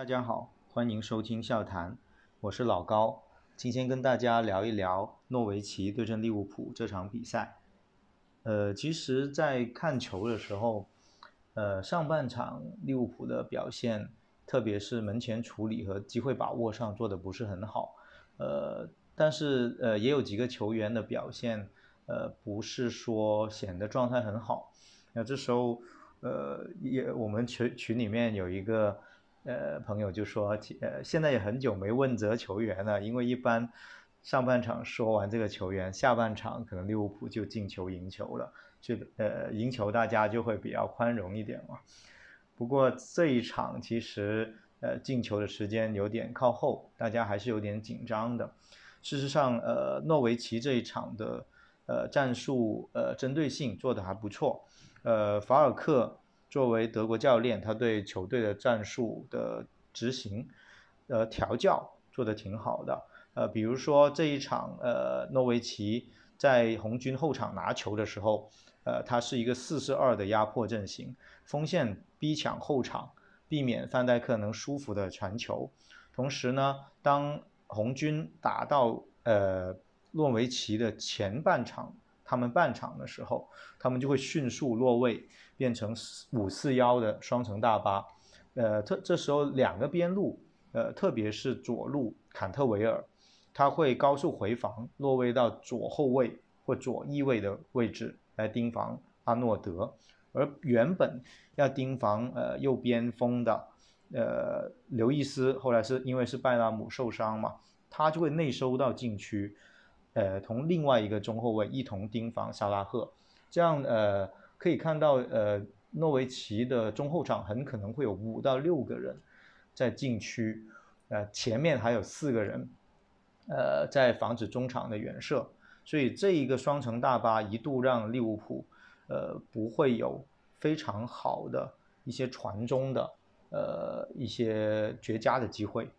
大家好，欢迎收听笑谈，我是老高。今天跟大家聊一聊诺维奇对阵利物浦这场比赛。其实，在看球的时候，上半场利物浦的表现，特别是门前处理和机会把握上做的不是很好。但是也有几个球员的表现，不是说显得状态很好。那这时候，我们群里面有一个朋友就说，现在也很久没问责球员了，因为一般上半场说完这个球员，下半场可能利物浦就进球赢球了，赢球大家就会比较宽容一点嘛。不过这一场其实进球的时间有点靠后，大家还是有点紧张的。事实上，诺维奇这一场的战术针对性做得还不错。法尔克作为德国教练，他对球队的战术的执行、调教做得挺好的。比如说这一场，诺维奇在红军后场拿球的时候，他是一个4-4-2的压迫阵型，锋线逼抢后场，避免范戴克能舒服的传球。同时呢，当红军打到诺维奇的前半场，他们半场的时候，他们就会迅速落位，变成5-4-1的双层大巴。这时候两个边路，特别是左路坎特维尔，他会高速回防，落位到左后卫或左翼位的位置来盯防阿诺德。而原本要盯防右边锋的刘易斯，后来是因为是拜拉姆受伤嘛，他就会内收到禁区，同另外一个中后卫一同盯防萨拉赫。这样可以看到诺维奇的中后场很可能会有5到6个人在禁区，前面还有4个人在防止中场的远射。所以这一个双层大巴一度让利物浦不会有非常好的一些传中的一些绝佳的机会。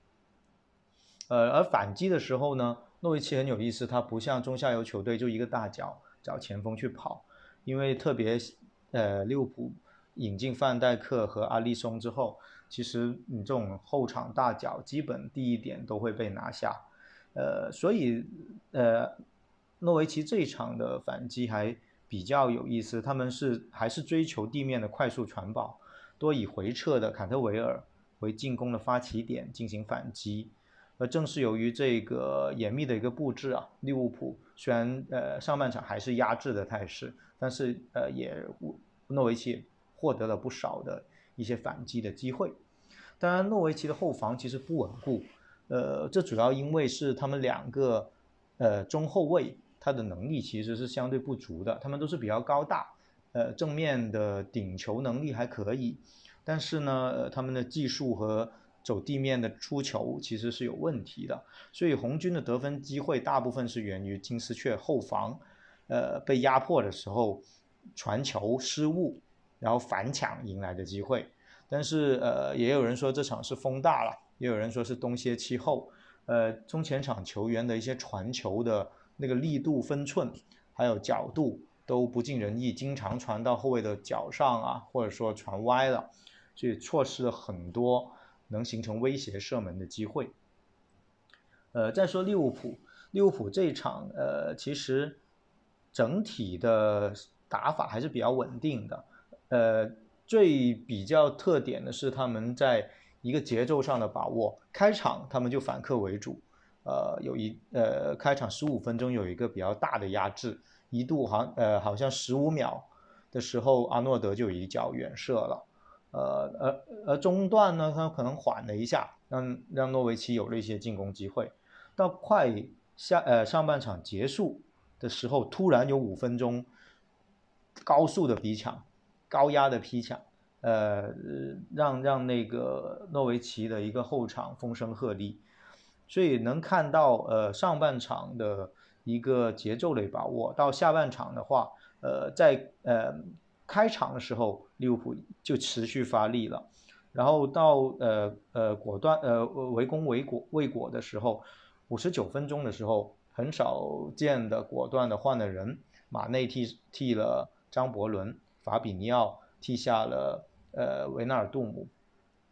而反击的时候呢，诺维奇很有意思，他不像中下游球队就一个大脚找前锋去跑，因为特别利物浦引进范戴克和阿利松之后，其实你这种后场大脚基本第一点都会被拿下。所以诺维奇这一场的反击还比较有意思，他们还是追求地面的快速传导，多以回撤的坎特维尔为进攻的发起点进行反击。正是由于这个严密的一个布置啊，利物浦虽然上半场还是压制的态势，但是诺维奇获得了不少的一些反击的机会。当然，诺维奇的后防其实不稳固，这主要因为是他们两个中后卫他的能力其实是相对不足的，他们都是比较高大，正面的顶球能力还可以，但是呢，他们的技术和走地面的出球其实是有问题的，所以红军的得分机会大部分是源于金丝雀后防，被压迫的时候传球失误，然后反抢迎来的机会。但是也有人说这场是风大了，也有人说是冬歇期后，中前场球员的一些传球的那个力度分寸还有角度都不尽人意，经常传到后卫的脚上啊，或者说传歪了，所以错失了很多能形成威胁射门的机会。再说利物浦这一场其实整体的打法还是比较稳定的，最比较特点的是他们在一个节奏上的把握，开场他们就反客为主，开场15分钟有一个比较大的压制，一度好像15秒的时候阿诺德就一脚远射了，而中段呢他可能缓了一下，让诺维奇有了一些进攻机会，到上半场结束的时候，突然有5分钟高速的逼抢，高压的逼抢，让那个诺维奇的一个后场风声鹤唳，所以能看到上半场的一个节奏的把握，到下半场的话，在开场的时候利物浦就持续发力了，然后到果断围攻未果的时候，59分钟的时候很少见的果断的换了人，马内替了张伯伦，法比尼奥替下了维纳尔杜姆。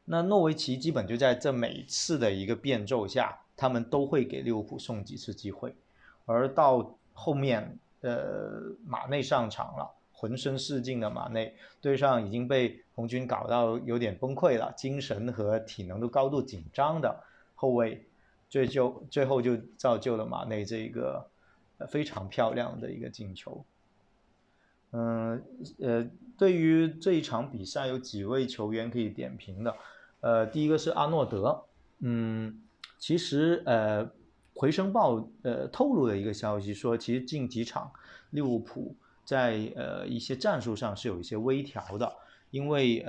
那诺维奇基本就在这每次的一个变奏下，他们都会给利物浦送几次机会，而到后面马内上场了，浑身是劲的马内对上已经被红军搞到有点崩溃了，精神和体能都高度紧张的后卫，最后就造就了马内这个非常漂亮的一个进球。对于这一场比赛有几位球员可以点评的，第一个是阿诺德，其实回声报透露的一个消息说，其实近几场利物浦在一些战术上是有一些微调的，因为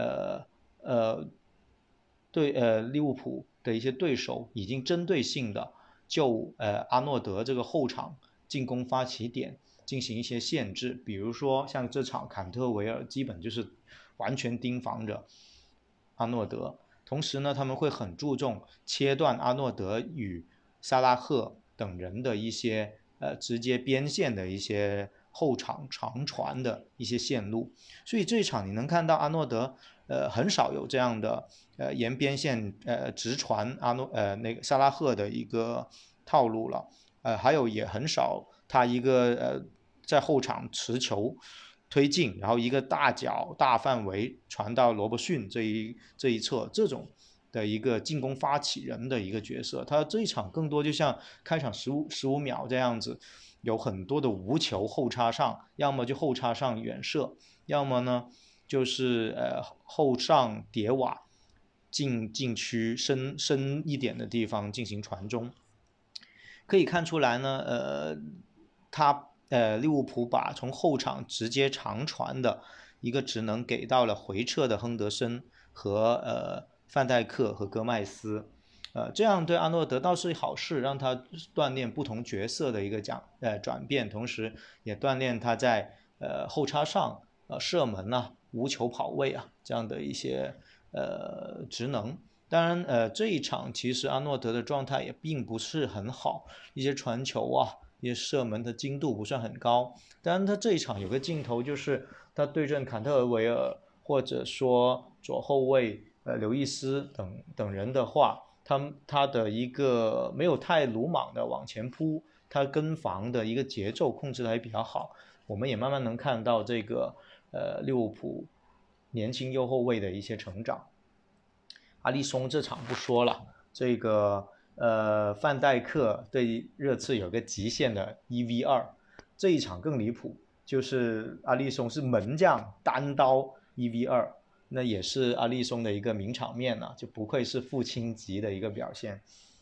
利物浦的一些对手已经针对性的就阿诺德这个后场进攻发起点进行一些限制，比如说像这场坎特维尔基本就是完全盯防着阿诺德，同时呢他们会很注重切断阿诺德与萨拉赫等人的一些直接边线的一些后场长传的一些线路，所以这一场你能看到阿诺德很少有这样的沿边线直传那个萨拉赫的一个套路了，还有也很少他一个在后场持球推进，然后一个大脚大范围传到罗伯逊这一侧，这种的一个进攻发起人的一个角色。他这一场更多就像开场15秒这样子，有很多的无球后插上，要么就后插上远射，要么呢就是后上叠瓦进禁区深一点的地方进行传中。可以看出来呢，利物浦把从后场直接长传的一个职能给到了回撤的亨德森和范戴克和戈麦斯，这样对阿诺德倒是好事，让他锻炼不同角色的一个转变，同时也锻炼他在后插上射门啊、无球跑位啊这样的一些职能。当然，这一场其实阿诺德的状态也并不是很好，一些传球啊、一些射门的精度不算很高。当然，他这一场有个镜头就是他对阵坎特维尔或者说左后卫刘易斯等人的话，他的一个没有太鲁莽的往前扑，他跟防的一个节奏控制的还比较好。我们也慢慢能看到这个利物浦年轻右后卫的一些成长。阿利松这场不说了，这个范戴克对热刺有个极限的1v2，这一场更离谱，就是阿利松是门将单刀1v2，那也是阿利松的一个名场面啊，就不愧是父亲级的一个表现。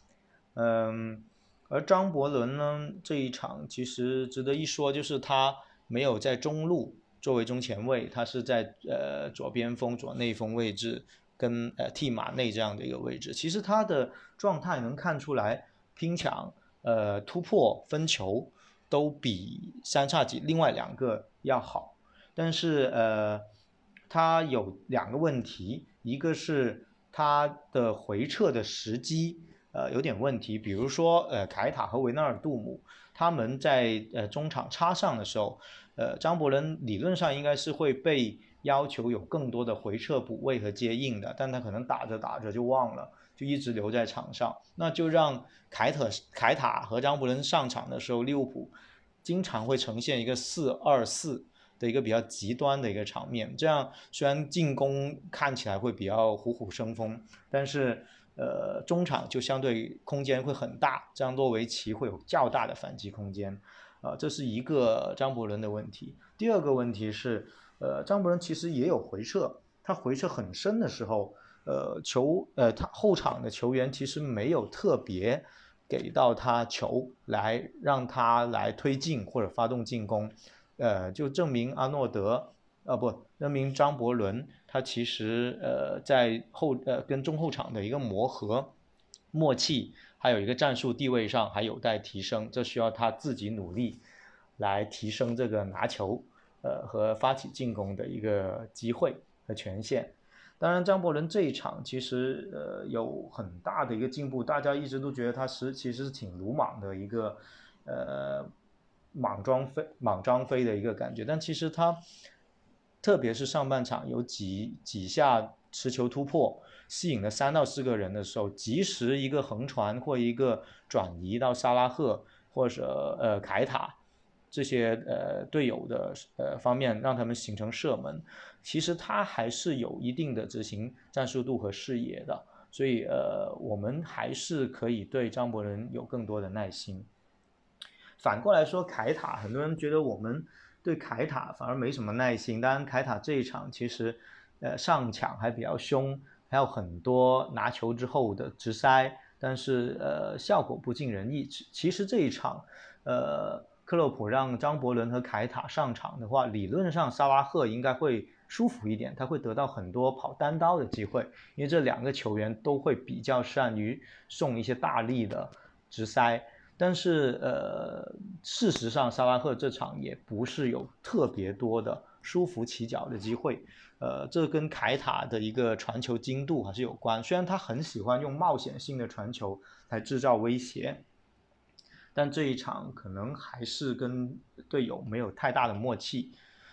而张伯伦呢，这一场其实值得一说，就是他没有在中路作为中前卫，他是在左边锋、左内锋位置。跟替马内这样的一个位置，其实他的状态能看出来，拼抢、突破、分球都比三叉戟另外两个要好，但是他有两个问题，一个是他的回撤的时机有点问题，比如说凯塔和维纳尔杜姆他们在中场插上的时候，张伯伦理论上应该是会被要求有更多的回撤补位和接应的，但他可能打着打着就忘了，就一直留在场上，那就让凯塔和张伯伦上场的时候，利物浦经常会呈现一个4-2-4的一个比较极端的一个场面，这样虽然进攻看起来会比较虎虎生风，但是中场就相对空间会很大，这样诺维奇会有较大的反击空间，这是一个张伯伦的问题。第二个问题是张伯伦其实也有回撤，他回撤很深的时候，他后场的球员其实没有特别给到他球来让他来推进或者发动进攻，就证明阿诺德证明张伯伦他其实在跟中后场的一个磨合默契，还有一个战术地位上还有待提升，这需要他自己努力来提升这个拿球和发起进攻的一个机会和权限。当然，张伯伦这一场其实有很大的一个进步，大家一直都觉得他其实是挺鲁莽的一个莽张飞的一个感觉，但其实他特别是上半场有几下持球突破，吸引了3到4个人的时候，及时一个横传或一个转移到萨拉赫或者凯塔这些队友的方面，让他们形成射门，其实他还是有一定的执行战术度和视野的，所以我们还是可以对张伯伦有更多的耐心。反过来说，凯塔，很多人觉得我们对凯塔反而没什么耐心。当然，凯塔这一场其实上抢还比较凶，还有很多拿球之后的直塞，但是效果不尽人意。其实这一场克洛普让张伯伦和凯塔上场的话，理论上萨拉赫应该会舒服一点，他会得到很多跑单刀的机会，因为这2个球员都会比较善于送一些大力的直塞。但是事实上萨拉赫这场也不是有特别多的舒服起脚的机会，这跟凯塔的一个传球精度还是有关，虽然他很喜欢用冒险性的传球来制造威胁，但这一场可能还是跟队友没有太大的默契。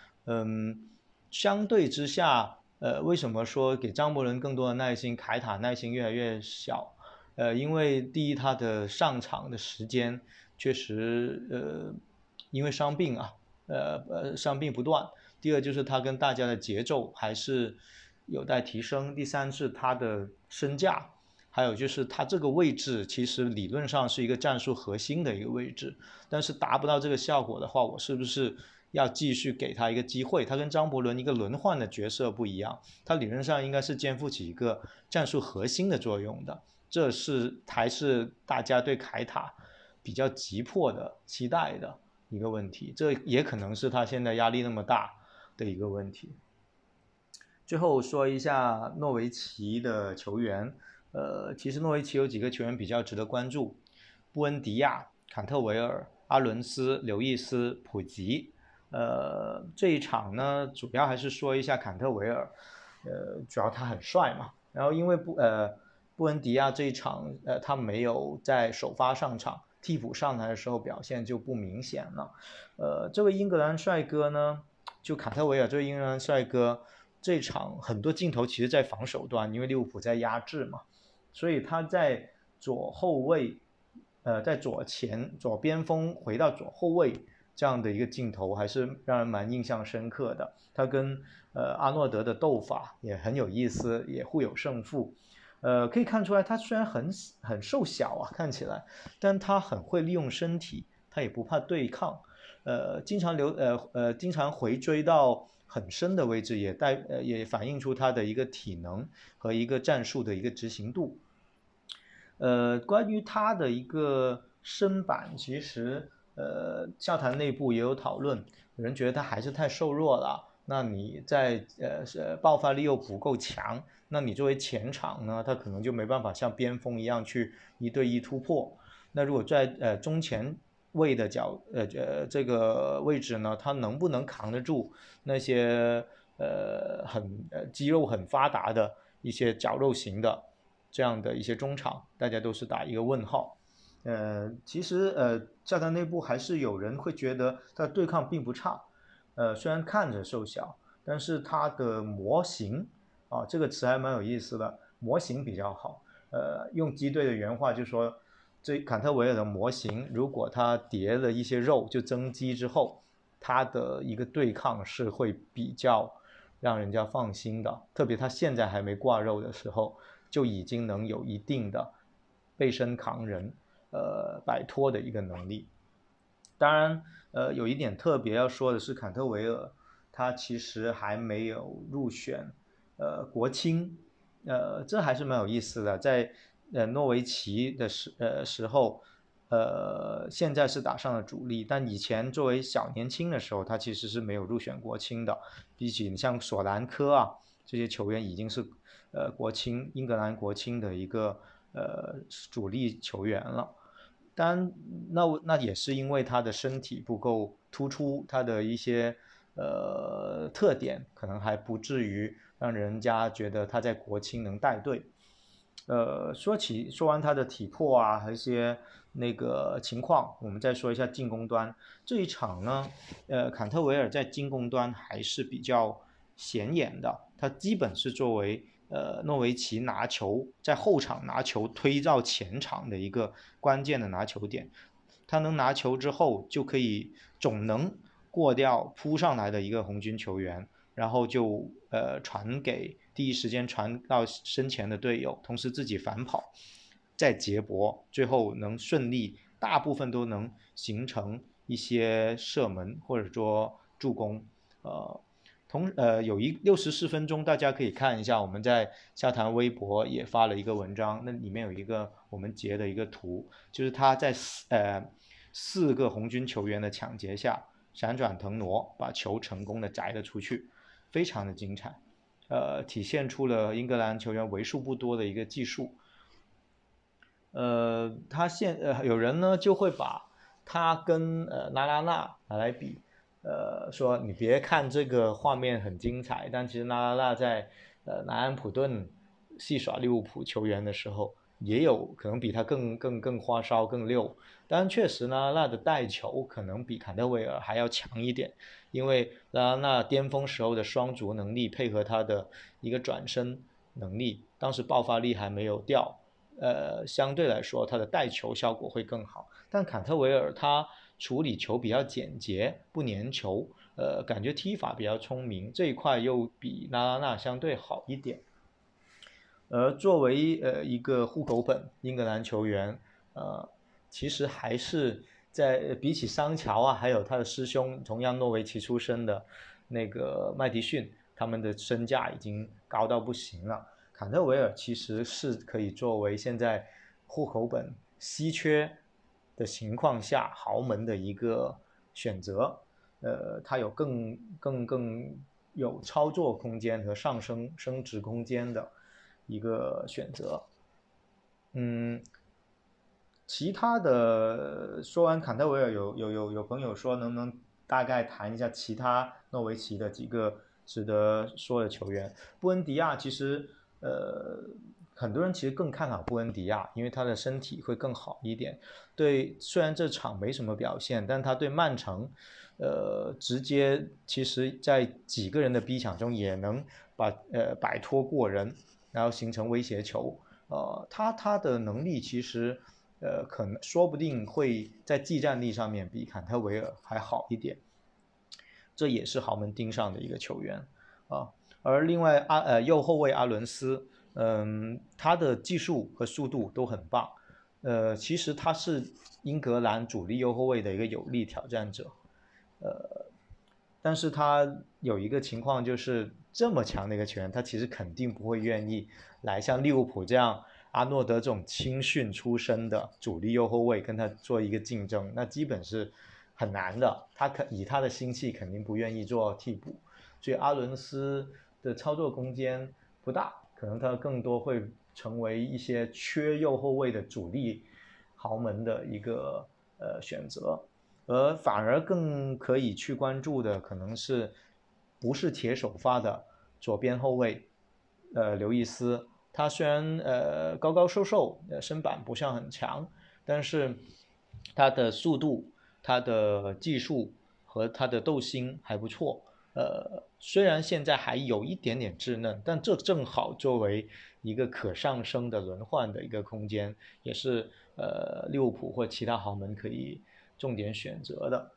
相对之下为什么说给张伯伦更多的耐心，凯塔耐心越来越小？因为第一，他的上场的时间确实因为伤病啊，伤病不断。第二就是他跟大家的节奏还是有待提升。第三是他的身价，还有就是他这个位置其实理论上是一个战术核心的一个位置，但是达不到这个效果的话，我是不是要继续给他一个机会？他跟张伯伦一个轮换的角色不一样，他理论上应该是肩负起一个战术核心的作用的。这还是大家对凯塔比较急迫的期待的一个问题，这也可能是他现在压力那么大的一个问题。最后说一下诺维奇的球员，其实诺维奇有几个球员比较值得关注，布恩迪亚、坎特维尔、阿伦斯、刘易斯、普吉。这一场呢，主要还是说一下坎特维尔，主要他很帅嘛，然后因为布恩迪亚这一场他没有在首发上场，替补上台的时候表现就不明显了。这位英格兰帅哥呢，就坎特维尔这位英格兰帅哥，这场很多镜头其实在防守端，因为利物浦在压制嘛，所以他在左后卫在左边锋回到左后卫这样的一个镜头还是让人蛮印象深刻的。他跟阿诺德的斗法也很有意思，也互有胜负。可以看出来他虽然很瘦小啊，看起来，但他很会利用身体，他也不怕对抗，经常回追到很深的位置，也反映出他的一个体能和一个战术的一个执行度。关于他的一个身板，其实教坛内部也有讨论，有人觉得他还是太瘦弱了。那你在爆发力又不够强，那你作为前场呢，他可能就没办法像边锋一样去1对1突破。那如果在中前卫的这个位置呢，他能不能扛得住那些肌肉很发达的一些绞肉型的这样的一些中场，大家都是打一个问号。其实教坛内部还是有人会觉得他对抗并不差。虽然看着瘦小，但是他的模型啊，这个词还蛮有意思的，模型比较好。用基队的原话就说，这坎特维尔的模型，如果他叠了一些肉，就增肌之后，他的一个对抗是会比较让人家放心的。特别他现在还没挂肉的时候，就已经能有一定的背身扛人，摆脱的一个能力。当然，有一点特别要说的是，坎特维尔他其实还没有入选国青，这还是蛮有意思的。在诺维奇的时候，现在是打上了主力，但以前作为小年轻的时候，他其实是没有入选国青的。比起你像索兰科啊这些球员，已经是英格兰国青的一个主力球员了。当然，那也是因为他的身体不够突出，他的一些特点可能还不至于让人家觉得他在国青能带队。说完他的体魄啊和一些那个情况，我们再说一下进攻端。这一场呢，坎特维尔在进攻端还是比较显眼的，他基本是作为诺维奇拿球在后场拿球推到前场的一个关键的拿球点。他能拿球之后就可以总能过掉扑上来的一个红军球员，然后就传给第一时间传到身前的队友，同时自己反跑再接驳，最后能顺利大部分都能形成一些射门或者说助攻。有64分钟，大家可以看一下，我们在下谈微博也发了一个文章，那里面有一个我们截的一个图，就是他在4个红军球员的抢劫下闪转腾挪，把球成功的摘了出去，非常的精彩，体现出了英格兰球员为数不多的一个技术。有人呢就会把他跟拉拉纳拿来比。说你别看这个画面很精彩，但其实拉拉纳在南安普顿戏耍利物浦球员的时候，也有可能比他更花哨更溜。但确实呢，拉拉纳的带球可能比坎特维尔还要强一点，因为拉拉纳巅峰时候的双足能力配合他的一个转身能力，当时爆发力还没有掉，相对来说他的带球效果会更好。但坎特维尔他处理球比较简洁，不粘球，感觉踢法比较聪明，这一块又比拉拉纳相对好一点。作为一个户口本英格兰球员，其实还是在比起桑乔啊，还有他的师兄同样诺维奇出身的那个麦迪逊，他们的身价已经高到不行了。坎特维尔其实是可以作为现在户口本稀缺的情况下豪门的一个选择。他有更有操作空间和升值空间的一个选择。其他的说完坎特维尔，有朋友说能不能大概谈一下其他诺维奇的几个值得说的球员。布恩迪亚其实很多人其实更看好布恩迪亚，因为他的身体会更好一点。虽然这场没什么表现，但他对曼城直接其实在几个人的逼抢中也能摆脱过人，然后形成威胁球。他的能力其实可能说不定会在技战力上面比坎特维尔还好一点，这也是豪门盯上的一个球员啊。而另外右后卫阿伦斯，他的技术和速度都很棒。其实他是英格兰主力右后卫的一个有力挑战者。但是他有一个情况，就是这么强的一个球员，他其实肯定不会愿意来像利物浦这样阿诺德这种青训出身的主力右后卫跟他做一个竞争，那基本是很难的。以他的心气肯定不愿意做替补，所以阿伦斯的操作空间不大，可能他更多会成为一些缺右后卫的主力豪门的一个选择。而反而更可以去关注的可能是不是铁首发的左边后卫刘易斯。他虽然高高瘦瘦，身板不像很强，但是他的速度、他的技术和他的斗心还不错。虽然现在还有一点点稚嫩，但这正好作为一个可上升的轮换的一个空间，也是利物浦或其他豪门可以重点选择的。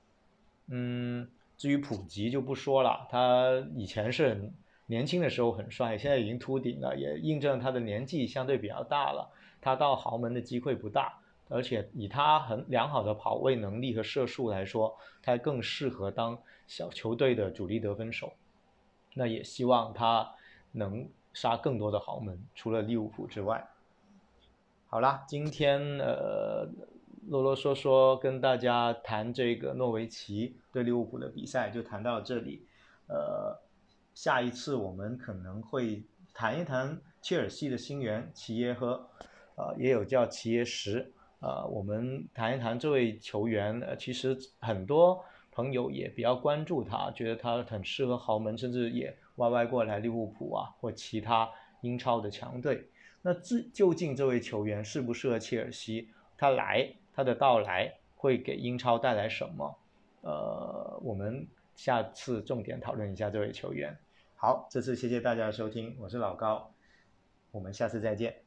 至于普吉就不说了，他以前是年轻的时候很帅，现在已经秃顶了，也印证他的年纪相对比较大了，他到豪门的机会不大，而且以他很良好的跑位能力和射术来说，他更适合当小球队的主力得分手。那也希望他能杀更多的豪门，除了利物浦之外。好啦，今天啰啰嗦嗦跟大家谈这个诺维奇对利物浦的比赛就谈到这里。下一次我们可能会谈一谈切尔西的新援齐耶赫，也有叫齐耶什。我们谈一谈这位球员，其实很多朋友也比较关注他，觉得他很适合豪门，甚至也歪过来利物浦啊或其他英超的强队。那究竟这位球员适不适合切尔西？他的到来会给英超带来什么？我们下次重点讨论一下这位球员。好。 好，这次谢谢大家的收听，我是老高，我们下次再见。